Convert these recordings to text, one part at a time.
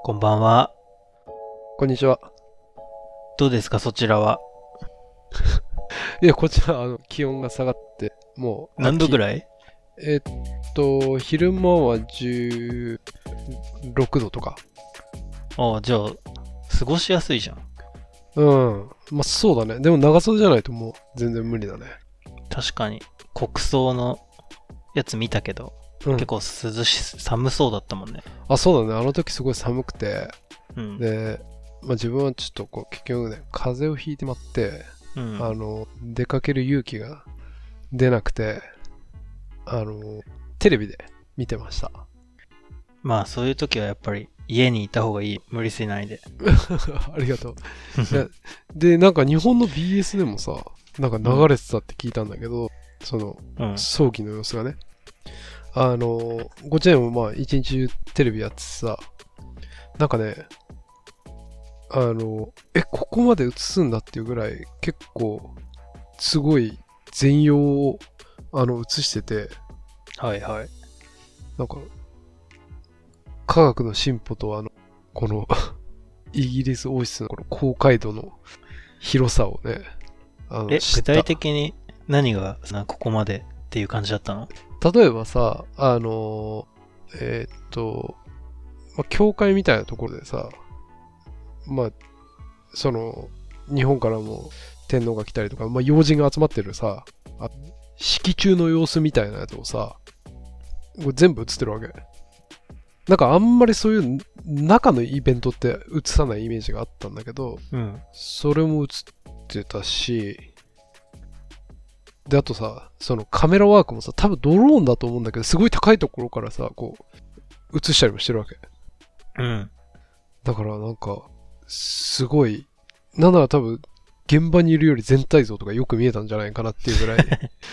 こんばんは。 こんにちは。 どうですか、そちらは。 いや、こちら、気温が下がって、もう、 何度ぐいらい？ 昼間は16度とか。 ああ、じゃあ、過ごしやすいじゃん。 うん。まあ、そうだね。でも長袖じゃないともう全然無理だね。 確かに、国葬のやつ見たけど、 うん。 結構寒そうだったもんね。 あ、そうだね。あの時すごい寒くて、 うん。 で、まあ自分はちょっと結局ね、風邪をひいてまって、 うん。 出かける勇気が出なくて、あの、テレビで見てました。 まあ、そういう時はやっぱり家にいた方がいい。無理しないで。 ありがとう。いやで、なんか日本の BS でもさ、なんか流れてたって聞いたんだけど、その、 うん。 葬儀の様子がね。こっちでもまあ一日中テレビやってさ、なんかね、ここまで映すんだっていうぐらい結構すごい全容を映してて、 はいはい。 なんか科学の進歩とこのイギリス王室のこの公会度の広さをね、知った。 具体的に何が、ここまでっていう感じだったの？ 例えばさ、まあ、教会みたいなところでさ、まあ、その、日本からも天皇が来たりとか、まあ、要人が集まってるさ、式中の様子みたいなやつをさ、これ全部映ってるわけ。なんかあんまりそういう中のイベントって映さないイメージがあったんだけど、 うん。 それも映ってたし、で、あとさ、そのカメラワークもさ、多分ドローンだと思うんだけど、すごい高いところからさ、映したりもしてるわけ。 うん。 だからなんか、すごい、なんなら多分、現場にいるより全体像とかよく見えたんじゃないかなっていうぐらい。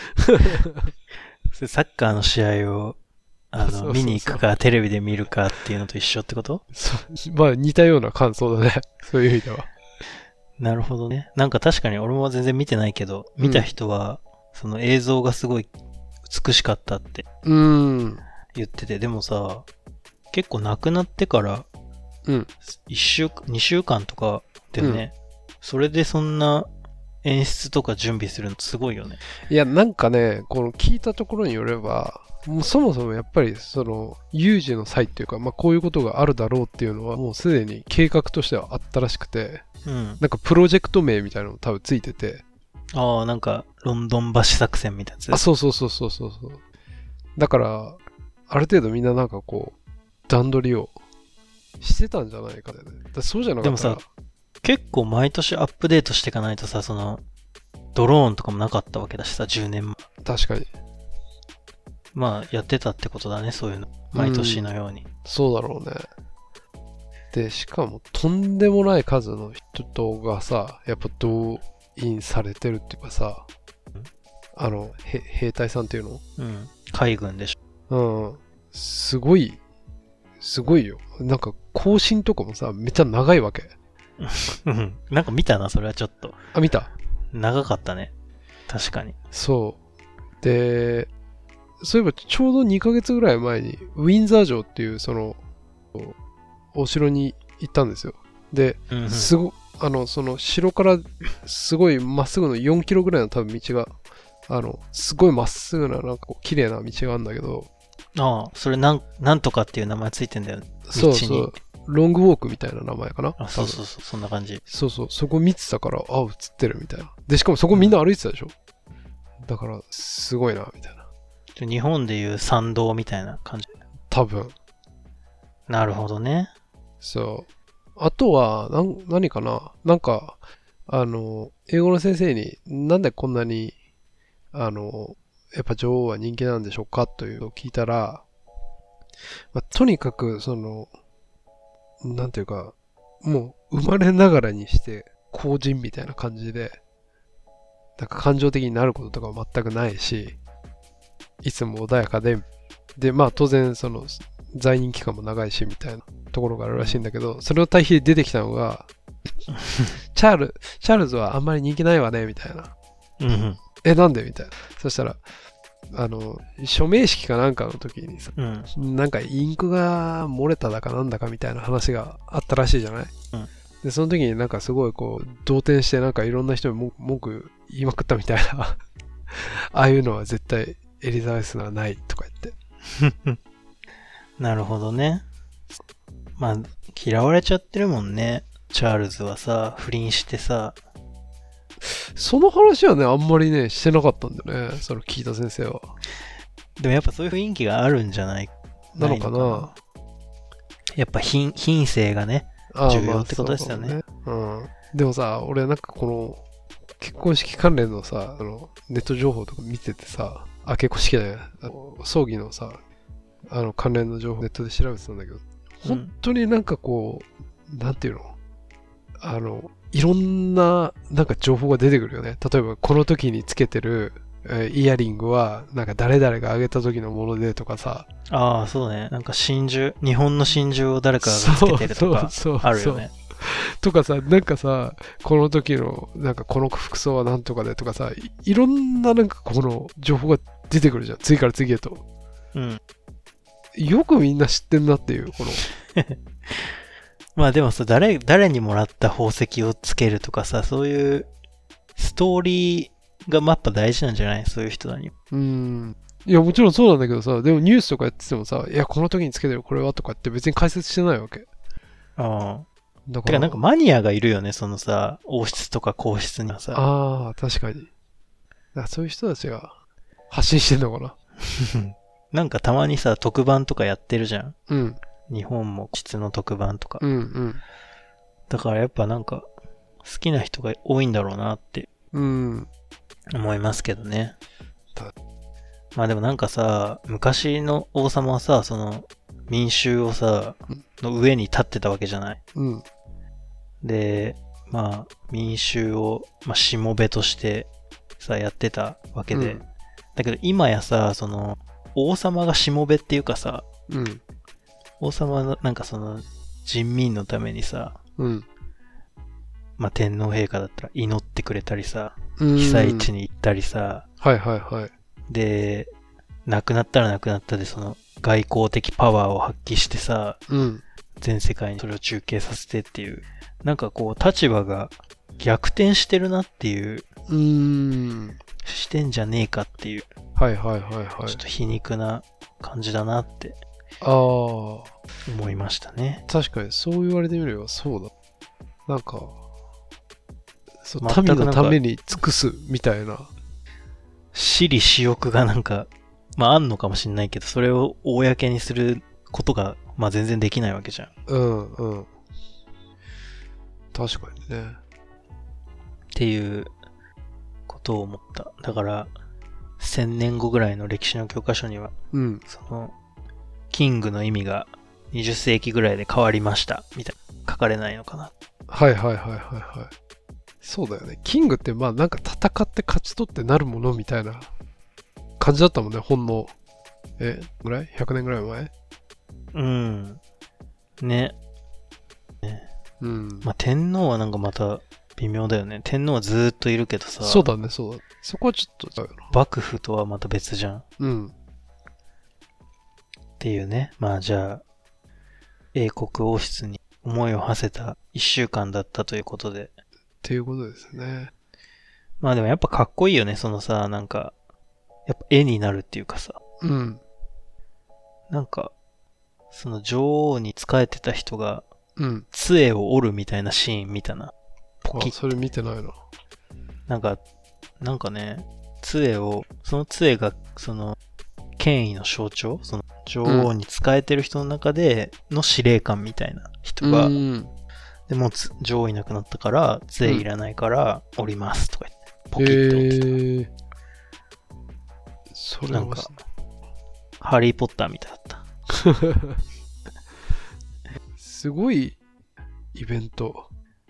それサッカーの試合を、 そう見にそうそう。 行くかテレビで見るかっていうのと一緒ってこと？ まあ似たような感想だね。そういう意味では。 なるほどね。なんか確かに俺も全然見てないけど、見たうん。 人は、その映像がすごい美しかったってうーん。 言ってて、でもさ、結構亡くなってからうん。 2週間とかだうん。 よね。それでそんな演出とか準備するのすごいよね。 いや、なんかね、この聞いたところによれば、もうそもそもやっぱりその有事の際っていうか、まあこういうことがあるだろうっていうのはもうすでに計画としてはあったらしくて、 うん。 なんかプロジェクト名みたいなのも多分ついてて、 ああ、なんか、ロンドン橋作戦みたいなあ、 やつ。 そうそうそうそうそうそう。だから、ある程度みんななんか段取りをしてたんじゃないかね。そうじゃなかでもさ、 ったら、 結構毎年アップデートしていかないとさ、その、ドローンとかもなかったわけだしさ、10年前。 確かに。 まあ、やってたってことだね、そういうの。毎年うん、 のように。 そうだろうね。で、しかもとんでもない数の人がさ、やっぱ動員されてるっていうかさ、兵隊さんっていうの。 うん。海軍でしうん。すごい、すごいよ。なんか、更新とかもさ、めっちゃ長いわけ。 ょ。うん。なんか見たな、それはちょっと。 あ、見た。 長かったね。確かに。 そう。で、そういえばちょうど2ヶ月ぐらい前に、ウィンザー城っていう、お城に行ったんですよ。で、 うんうん。 その城からすごいまっすぐの4キロぐらいの多分道が、すごいまっすぐな、なんか綺麗な道があるんだけど、 ああ、それなんとかっていう名前ついてんだよ。道に。 そうそう、ロングウォークみたいな名前かなあ、 多分。 そうそうそう、そんな感じ。 そうそう、そこ見てたから、あ、映ってるみたいな。で、しかもそこみんな歩いてたでしょ。だから、すごいな、みたいな。 日本でいう参道みたいな感じ。 多分。 なるほどね。 そう。あとは、何かななんか、英語の先生に、なんでこんなに、やっぱ女王は人気なんでしょうかというのを聞いたら、まあ、とにかく、なんていうか、もう生まれながらにして公人みたいな感じで、なんか感情的になることとかは全くないし、いつも穏やかで、まあ当然在任期間も長いしみたいなところがあるらしいんだけど、それを対比で出てきたのが、チャールズはあんまり人気ないわね、みたいな。 うんうん。 なんでみたいな。そしたら、 署名式かなんかの時にさ、 うん。 なんかインクが漏れただかなんだかみたいな話があったらしいじゃない。 うんで、その時になんかすごいこう、動転してなんかいろんな人に文句言いまくったみたいな、ああいうのは絶対エリザベスのはないとか言って。 なるほどね。まあ、嫌われちゃってるもんね。チャールズはさ、不倫してさ。 その話はね、あんまりね、してなかったんだよね。その聞いた先生は。 でもやっぱそういう雰囲気があるんじゃないなのかな。 やっぱ品性がね、重要ってことですよね。 うん。でもさ、俺なんかこの、結婚式関連のさ、ネット情報とか見ててさ、結婚式だよ。葬儀のさ、関連の情報ネットで調べてたんだけど、本当になんかこう、なんていうのいろんななんか情報が出てくるよね。例えばこの時につけてるイヤリングはなんか誰々があげた時のものでとかさ。 ああ、そうね。なんか真珠、日本の真珠を誰かがつけてるとかあるよね。 とかさ、なんかさ、この時のなんかこの服装はなんとかでとかさ、いろんななんかこの情報が出てくるじゃん。次から次へと。 うん。 よくみんな知ってんなっていう、この。 まあでもさ、誰にもらった宝石をつけるとかさ、そういうストーリーがやっぱ大事なんじゃない？そういう人らに。 いや、もちろんそうなんだけどさ、でもニュースとかやっててもさ、いや、この時につけてるこれはとかって別に解説してないわけ。 ああ。だからなんかマニアがいるよね、そのさ、王室とか皇室にはさ。 ああ、確かに。そういう人たちが発信してんのかな。 なんかたまにさ、特番とかやってるじゃん。 うん。 日本も質の特番とか。 うんうん。 だからやっぱなんか、好きな人が多いんだろうなって思いますけどね。まあでもなんかさ、昔の王様はさ、その民衆をさ、の上に立ってたわけじゃない。 うん。 で、まあ民衆を、まあ、しもべとしてさ、やってたわけで。だけど今やさ、その、王様がしもべっていうかさ、王様はなんかその人民のためにさ、まあ天皇陛下だったら祈ってくれたりさ、被災地に行ったりさ、で、亡くなったら亡くなったでその外交的パワーを発揮してさ、全世界にそれを中継させてっていう、なんかこう立場が逆転してるなっていう、してんじゃねえかっていう、ちょっと皮肉な感じだなって思いましたね。 確かにそう言われてみればそうだ。なんか、民のために尽くすみたいな。 私利私欲がなんか、まああんのかもしれないけど、それを公にすることが、まあ全然できないわけじゃん。 確かにね。 っていうことを思った。だから、1000年後ぐらいの歴史の教科書には、その、キングの意味が20世紀ぐらいで変わりました、みたいな、書かれないのかな。 そうだよね。キングってまあなんか戦って勝ち取ってなるものみたいな感じだったもんね、ほんの、ぐらい ?100 年ぐらい前。 ね。まあ天皇はなんかまた微妙だよね。天皇はずーっといるけどさ。 そうだね。そこはちょっとだよな。 幕府とはまた別じゃん。っていうね。まあじゃあ、英国王室に思いを馳せた一週間だったということで。 っていうことですね。 まあでもやっぱかっこいいよね。そのさ、なんか、やっぱ絵になるっていうかさ。なんか、その女王に仕えてた人が、杖を折るみたいなシーン見たな。 それ見てないな。 なんかね、杖を、その杖が、その、権威の象徴、その女王に仕えてる人の中での司令官みたいな人が、でも女王いなくなったから、杖いらないから折りますとか言って、ポキッと折ってた。それなんか、ハリーポッターみたいだった。 すごいイベント。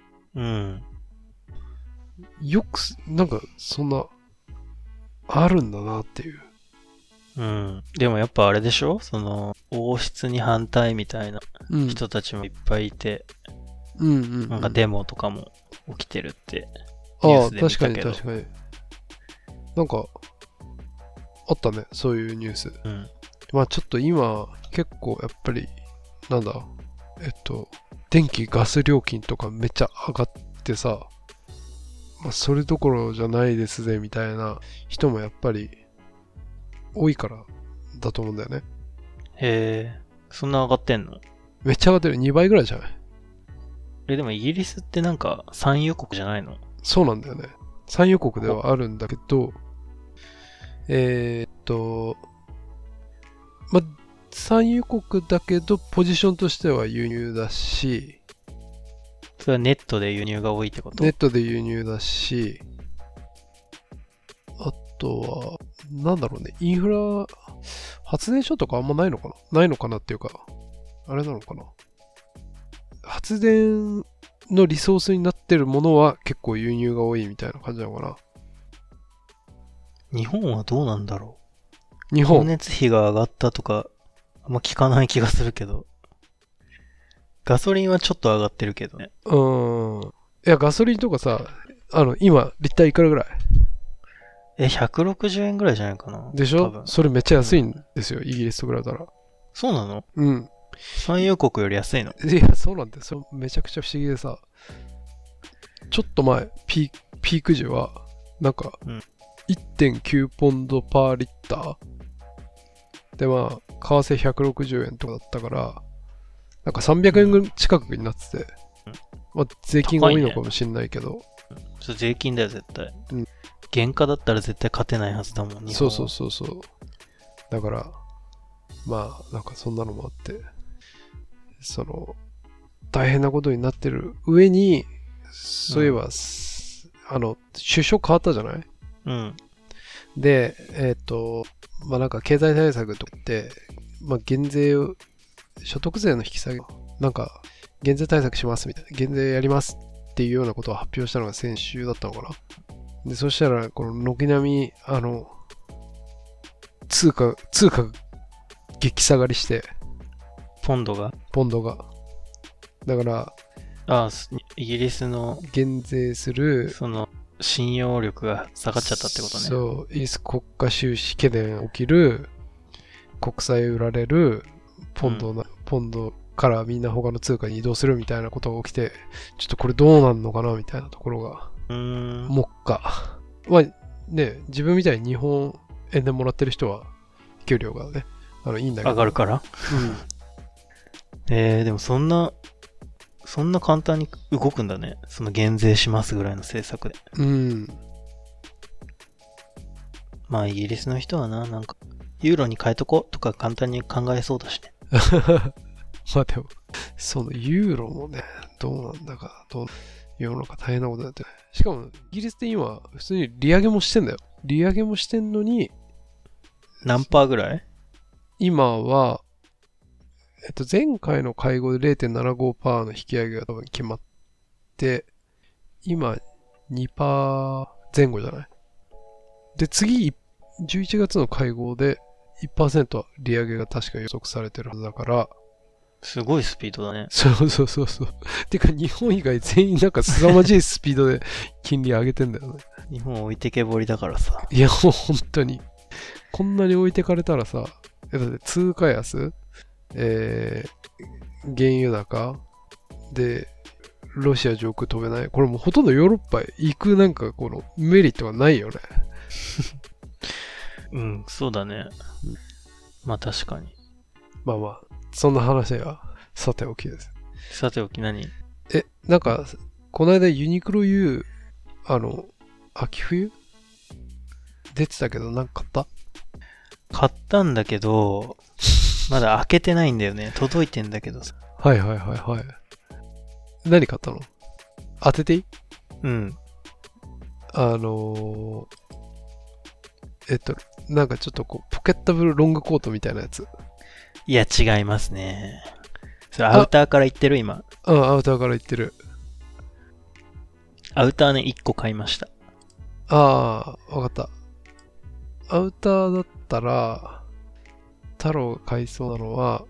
よく、なんか、そんな、あるんだなっていう。 でもやっぱあれでしょ？その、王室に反対みたいな人たちもいっぱいいて、なんかデモとかも起きてるってニュースで見たけど。 確かに。なんか、 あったね、そういうニュース。 うん。 まあちょっと今、結構やっぱり、なんだ、電気、ガス料金とかめっちゃ上がってさ、まあそれどころじゃないですぜ、みたいな人もやっぱり多いからだと思うんだよね。 へえ、そんな上がってんの？ めっちゃ上がってる。2倍ぐらいじゃない？ でもイギリスってなんか産油国じゃないの？ そうなんだよね。産油国ではあるんだけど、まあ、産油国だけど、ポジションとしては輸入だし、 それはネットで輸入が多いってこと？ ネットで輸入だし、あとは、なんだろうね、インフラ、発電所とかあんまないのかな？ないのかなっていうか、あれなのかな？発電のリソースになってるものは結構輸入が多いみたいな感じなのかな？ 日本はどうなんだろう？ 日本。 光熱費が上がったとか、あんま聞かない気がするけど。ガソリンはちょっと上がってるけどね。 いや、ガソリンとかさ、今、リッターいくらぐらい 160円ぐらいじゃないかな。 でしょ？それめっちゃ安いんですよ、イギリスと比べたら。 そうなの？ うん。 産油国より安いの？ いや、そうなんだよ。それめちゃくちゃ不思議でさ、ちょっと前、ピーク時は、なんか、1.9 ポンドパーリッターで、まあ、為替160円とかだったから、なんか300円近くになってて、まあ、税金が多いのかもしれないけど。 それ税金だよ、絶対。 うん。 原価だったら絶対勝てないはずだもん、日本は。 そう。だから、まあ、なんかそんなのもあって、大変なことになってる上に、そういえば、首相変わったじゃない？ うん。 で、まあなんか経済対策とって、まあ減税を、所得税の引き下げ、なんか減税対策しますみたいな、減税やりますっていうようなことを発表したのが先週だったのかな。で、そしたら、この軒並み、通貨激下がりして、 ポンドが。 だから、 イギリスの、 減税する、 信用力が下がっちゃったってことね。 そう、イギリス国家収支懸念起きる、国債売られる、ポンドからみんな他の通貨に移動するみたいなことが起きて、ちょっとこれどうなんのかなみたいなところが、目下。まあね、自分みたいに日本円でもらってる人は、給料がね、いいんだけど。 上がるから？でもそんな簡単に動くんだね。その減税しますぐらいの政策で。まあイギリスの人はなんか、ユーロに変えとこうとか簡単に考えそうだしね。 まあでも、そのユーロもね、どうなんだか、世の中大変なことになってる。しかも、イギリスって今、普通に利上げもしてんだよ。利上げもしてんのに、 何パーぐらい？今は、前回の会合で 0.75% の引き上げが多分決まって、今 2% 前後じゃない？で、次、11月の会合で 1% 利上げが確か予測されてるはずだから、 すごいスピードだね。 そう。てか日本以外全員なんか凄まじいスピードで金利上げてんだよね。 日本置いてけぼりだからさ。 いやもう本当に。こんなに置いてかれたらさ、だって通貨安、原油高で、ロシア上空飛べない。これもうほとんどヨーロッパへ行くなんかこのメリットがないよね。 うん、そうだね。まあ確かに。 まあ、そんな話はさておきです。 さておき何？ なんか、この間ユニクロ U、秋冬出てたけど、なんか買ったんだけど、まだ開けてないんだよね。届いてんだけどさ。 はい。何買ったの？当てていい？ うん。 なんかちょっとこう、ポケットブルロングコートみたいなやつ。 いや、違いますね。それアウターから言ってる今。 アウターから言ってる。 アウターね、1個買いました。 わかった。アウターだったら、太郎が買いそうなのは、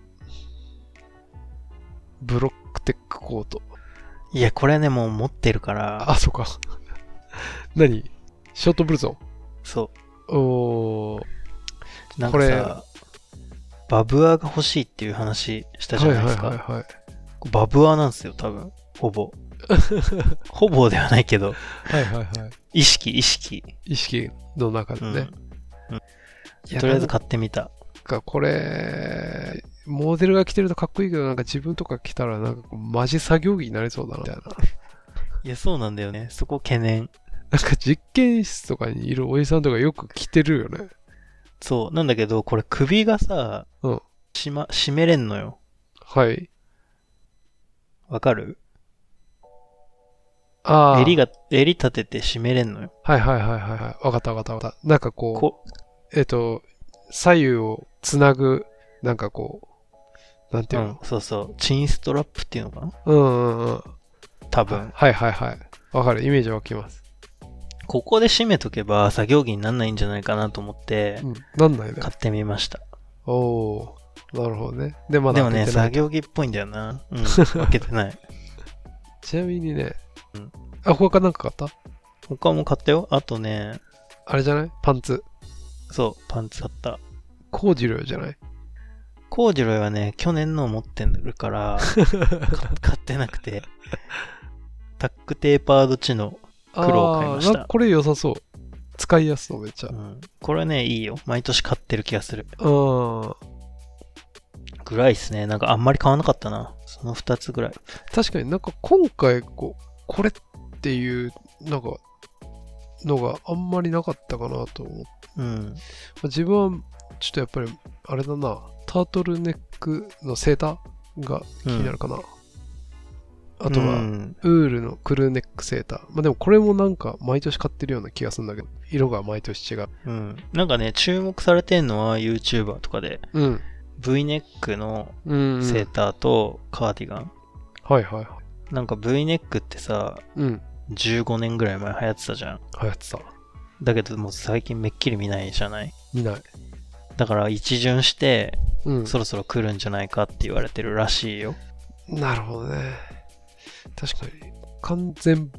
ブロックテックコート。 いや、これね、もう持ってるから。 そうか。何？ショートブルゾン？ そう。 なんかさ、バブアーが欲しいっていう話したじゃないですか。 はいはいはいはい。 バブアーなんですよ、多分。ほぼ。ほぼではないけど。 はいはいはい。 意識。 意識の中でね。 とりあえず買ってみた。 これ、モデルが着てるとかっこいいけど、なんか自分とか着たら、なんかマジ作業着になりそうだな、みたいな。 いや、そうなんだよね。そこ懸念。 なんか実験室とかにいるおじさんとかよく着てるよね。 そう。なんだけど、これ首がさ、締めれんのよ。 はい。 わかる？ ああ。 襟立てて締めれんのよ。 はいはいはいはいはい。わかった。なんか左右をつなぐ、なんかなんていうの？ そうそう。チンストラップっていうのかな？多分。 はいはいはい。わかる。イメージ湧きます。 ここで締めとけば作業着になんないんじゃないかなと思って、 なんないね。 買ってみました。 おー、なるほどね。 でもね、作業着っぽいんだよな。開けてない。 ちなみにね、他なんか買った？ 他も買ったよ。あとね、 あれじゃない？パンツ。 そう、パンツ買った。 コージュロイじゃない？ コージュロイはね、去年の持ってるから、買ってなくて、タックテーパードチの黒を買いました。 これ良さそう。使いやすそうめっちゃ。 これね、いいよ。毎年買ってる気がする。 ぐらいっすね。なんかあんまり買わなかったな。その2つぐらい。 確かになんか今回これっていうなんかのがあんまりなかったかなと思って。自分はちょっとやっぱりあれだな。タートルネックのセーターが気になるかな。あとは、ウールのクルーネックセーター。まあでもこれもなんか毎年買ってるような気がするんだけど、色が毎年違う。 なんかね、注目されてんのは YouTuber とかで、V ネックのセーターとカーディガン。 はいはいはい。 なんか V ネックってさ、15年ぐらい前流行ってたじゃん。 流行ってた。 だけどもう最近めっきり見ないじゃない？ 見ない。 だから一巡して、そろそろ来るんじゃないかって言われてるらしいよ。 なるほどね。確かに完全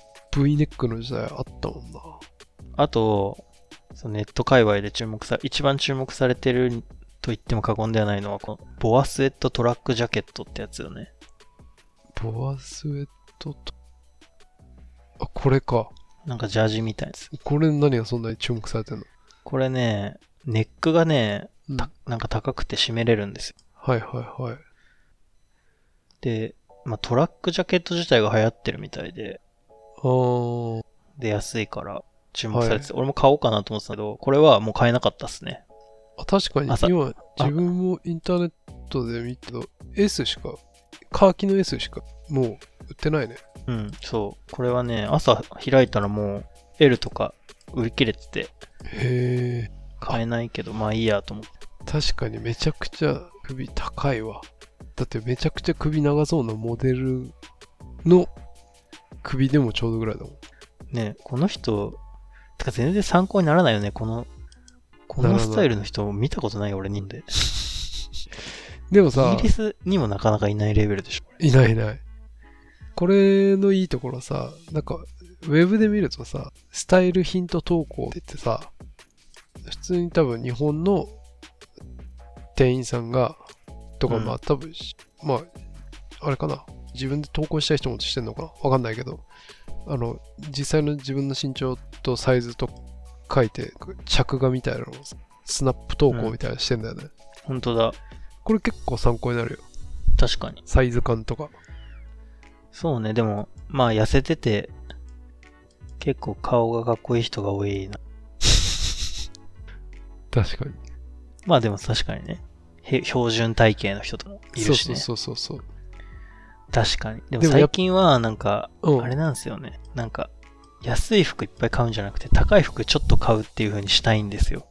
V ネックの時代あったもんな。 あとネット界隈で一番注目されてると言っても過言ではないのはこのボアスウェットトラックジャケットってやつよね。 ボアスウェットこれか。 なんかジャージみたいです。 これ何がそんなに注目されてんの？ これね、ネックがね、なんか高くて締めれるんですよ。 はいはいはい。 で、トラックジャケット自体が流行ってるみたいで、で、安いから注目されてて、俺も買おうかなと思ってたけど、これはもう買えなかったっすね。 確かに、今、自分もインターネットで見たけど、S しか、カーキの S しか、もう売ってないね。 そう。これはね、朝開いたらもう L とか売り切れてて、買えないけど、まあいいやと思って。 確かにめちゃくちゃ首高いわ。だってめちゃくちゃ首長そうなモデルの首でもちょうどぐらいだもん。 ね、この人、てか全然参考にならないよね。このスタイルの人見たことないよ、俺人で。 でもさ、 イギリスにもなかなかいないレベルでしょ。 いないいない。これのいいところさ、なんか、ウェブで見るとさ、スタイルヒント投稿って言ってさ、普通に多分日本の店員さんが、とか、多分、あれかな。自分で投稿したい人もしてんのかなわかんないけど、実際の自分の身長とサイズと書いて、着画みたいなのをスナップ投稿みたいなのしてんだよね。 本当だ。 これ結構参考になるよ。 確かに。 サイズ感とか。 そうね、でも、痩せてて、結構顔がかっこいい人が多いな。 確かに。 でも確かにね。標準体型の人ともいるしね。 そう。 確かに。でも最近はなんか、あれなんですよね。なんか、安い服いっぱい買うんじゃなくて、高い服ちょっと買うっていう風にしたいんですよ。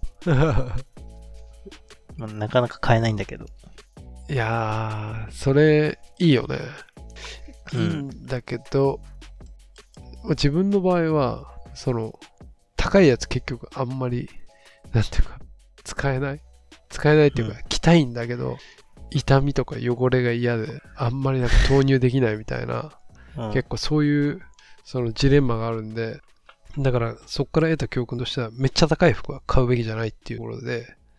なかなか買えないんだけど。 いやー、それ、いいよね。いいんだけど、自分の場合は、高いやつ結局あんまり、なんていうか、使えないっていうか、着たいんだけど、痛みとか汚れが嫌で、あんまりなんか投入できないみたいな、結構そういう、ジレンマがあるんで、だからそこから得た教訓としては、めっちゃ高い服は買うべきじゃないっていうところで、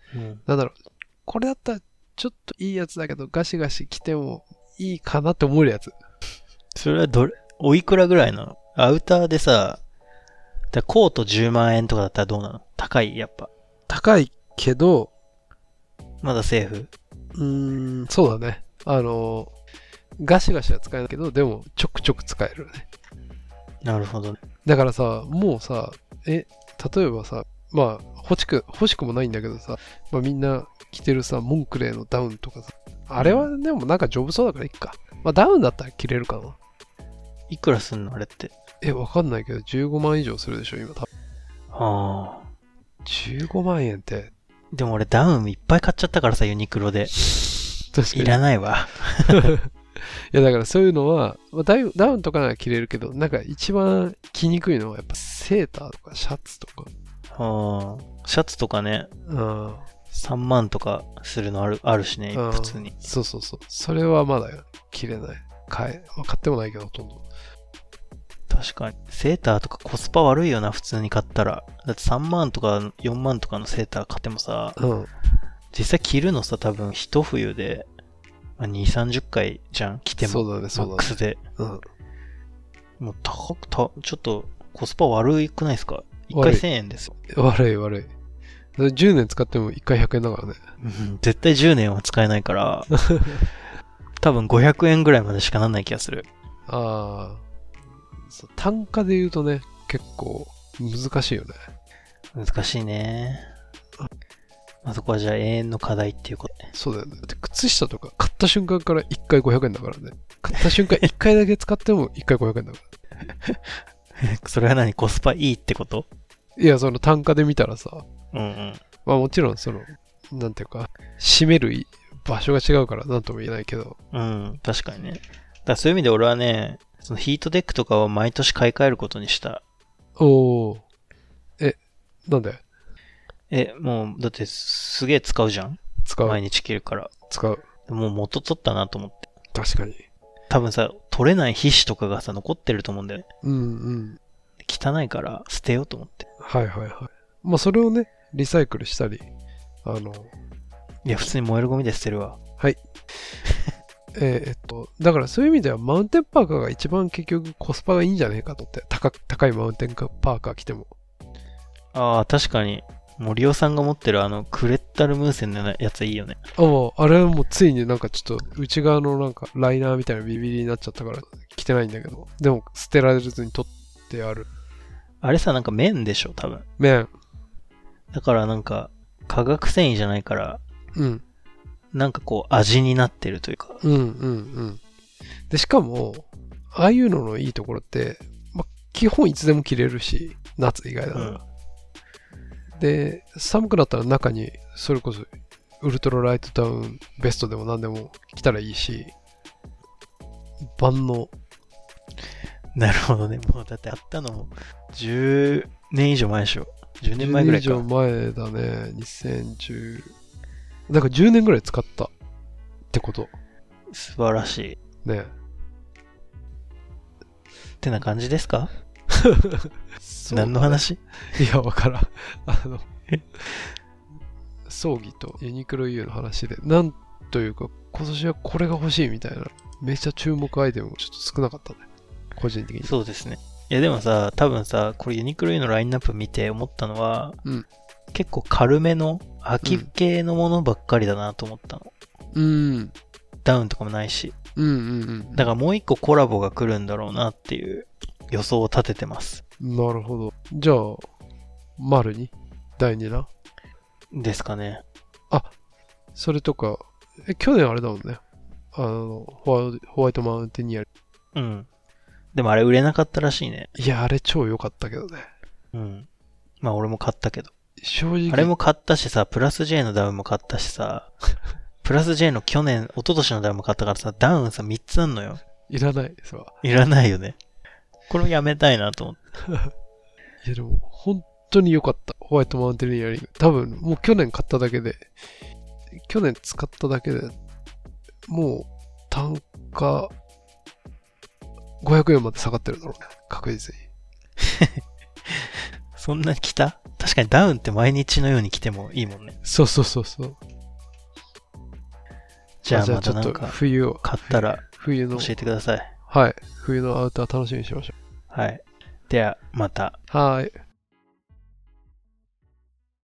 なんだろう、これだったらちょっといいやつだけどガシガシ着てもいいかなって思えるやつ。 それはおいくらぐらいなの？アウターでさ、コート10万円とかだったらどうなの？高い？やっぱ。 高いけど、 まだセーフ？ そうだね。ガシガシは使えないけど、でもちょくちょく使えるね。 なるほどね。 だからさ、もうさ、例えばさ、まあ欲しくもないんだけどさ、まあみんな着てるさ、モンクレーのダウンとかさ、あれはでもなんか丈夫そうだからいいか。まあダウンだったら着れるかな。 いくらすんのあれって？ わかんないけど、15万以上するでしょ、今多分。 ああ。 15万円って。 でも俺ダウンいっぱい買っちゃったからさ、ユニクロで。 確かに。 いらないわ。 いやだからそういうのは、まあ、ダウンとかなら着れるけど、なんか一番着にくいのはやっぱセーターとかシャツとか。 シャツとかね、3万とかするのあるしね、普通に。 そう。それはまだ着れない。買ってもないけど、ほとんど。 確かに。セーターとかコスパ悪いよな、普通に買ったら。だって3万とか4万とかのセーター買ってもさ、実際着るのさ、多分一冬で、まあ、2、30回じゃん、着ても。 そうだね。 マックスで。もうちょっとコスパ悪くないですか？ 1 回1000円ですよ。 悪い。10年使っても1回100円だからね。 絶対10年は使えないから、多分500円ぐらいまでしかなんない気がする。 単価で言うとね、結構難しいよね。 難しいね。まあ、そこはじゃあ永遠の課題っていうことね。 そうだよね。だって靴下とか買った瞬間から1回500円だからね。買った瞬間1回だけ使っても1回500円だから。 それは何？コスパいいってこと？ いや、その単価で見たらさ。まあもちろんなんていうか、締める場所が違うからなんとも言えないけど。 確かにね。だからそういう意味で俺はね、そのヒートテックとかを毎年買い替えることにした。 なんで？ もう、だってすげえ使うじゃん？毎日着るから。 使う。 もう元取ったなと思って。 確かに。 多分さ、取れない皮脂とかがさ、残ってると思うんだよね。汚いから捨てようと思って。 はい。まあそれをね、リサイクルしたり、 いや、普通に燃えるゴミで捨てるわ。 はい。だからそういう意味ではマウンテンパーカーが一番結局コスパがいいんじゃねえかと思って。高いマウンテンパーカー着ても。 ああ、確かに。森尾さんが持ってるクレッタルムーセンのやついいよね。 あれはもうついになんかちょっと内側のなんかライナーみたいなビビリになっちゃったから着てないんだけど。でも捨てられずに取ってある。 あれさ、なんか綿でしょ、多分。 綿。だからなんか化学繊維じゃないから、なんかこう味になってるというか。 で、しかも、ああいうののいいところって、基本いつでも着れるし、夏以外だから。で、寒くなったら中に、それこそ、ウルトラライトダウンベストでも何でも着たらいいし、万能。 なるほどね。もうだってあったのも、10年以上前でしょ。10年前ぐらいか。 10年以上前だね。2010。だから10年ぐらい使ったってこと。 素晴らしい。 ねってな感じですか？何の話？ いや、わからん。葬儀とユニクロ U の話で、なんというか、今年はこれが欲しいみたいな、めっちゃ注目アイテムがちょっと少なかったね。個人的に。 そうですね。いや、でもさ、多分さ、これユニクロ U のラインナップ見て思ったのは、結構軽めの秋系のものばっかりだなと思ったの。ダウンとかもないし。だからもう一個コラボが来るんだろうなっていう予想を立ててます。 なるほど。じゃあ、丸に第2弾ですかね。 それとか、去年あれだもんね。ホワイトマウンテニア。 でもあれ売れなかったらしいね。 いや、あれ超良かったけどね。 まあ俺も買ったけど。 正直。 あれも買ったしさ、プラス J のダウンも買ったしさ、プラス J の一昨年のダウンも買ったからさ、ダウンさ3つあんのよ。 いらない、それは。 いらないよね。これをやめたいなと思って。 いやでも、本当に良かった。ホワイトマウンテンイヤリング。多分、もう去年買っただけで、去年使っただけで、もう単価500円まで下がってるだろうね。確実に。 そんな来た？ 確かにダウンって毎日のように着てもいいもんね。 そうそうそうそう。 じゃあじゃあちょっとまたなんか冬を、 買ったら冬の、 教えてください。 はい。冬のアウター楽しみにしましょはい。ではまた。 う。はい。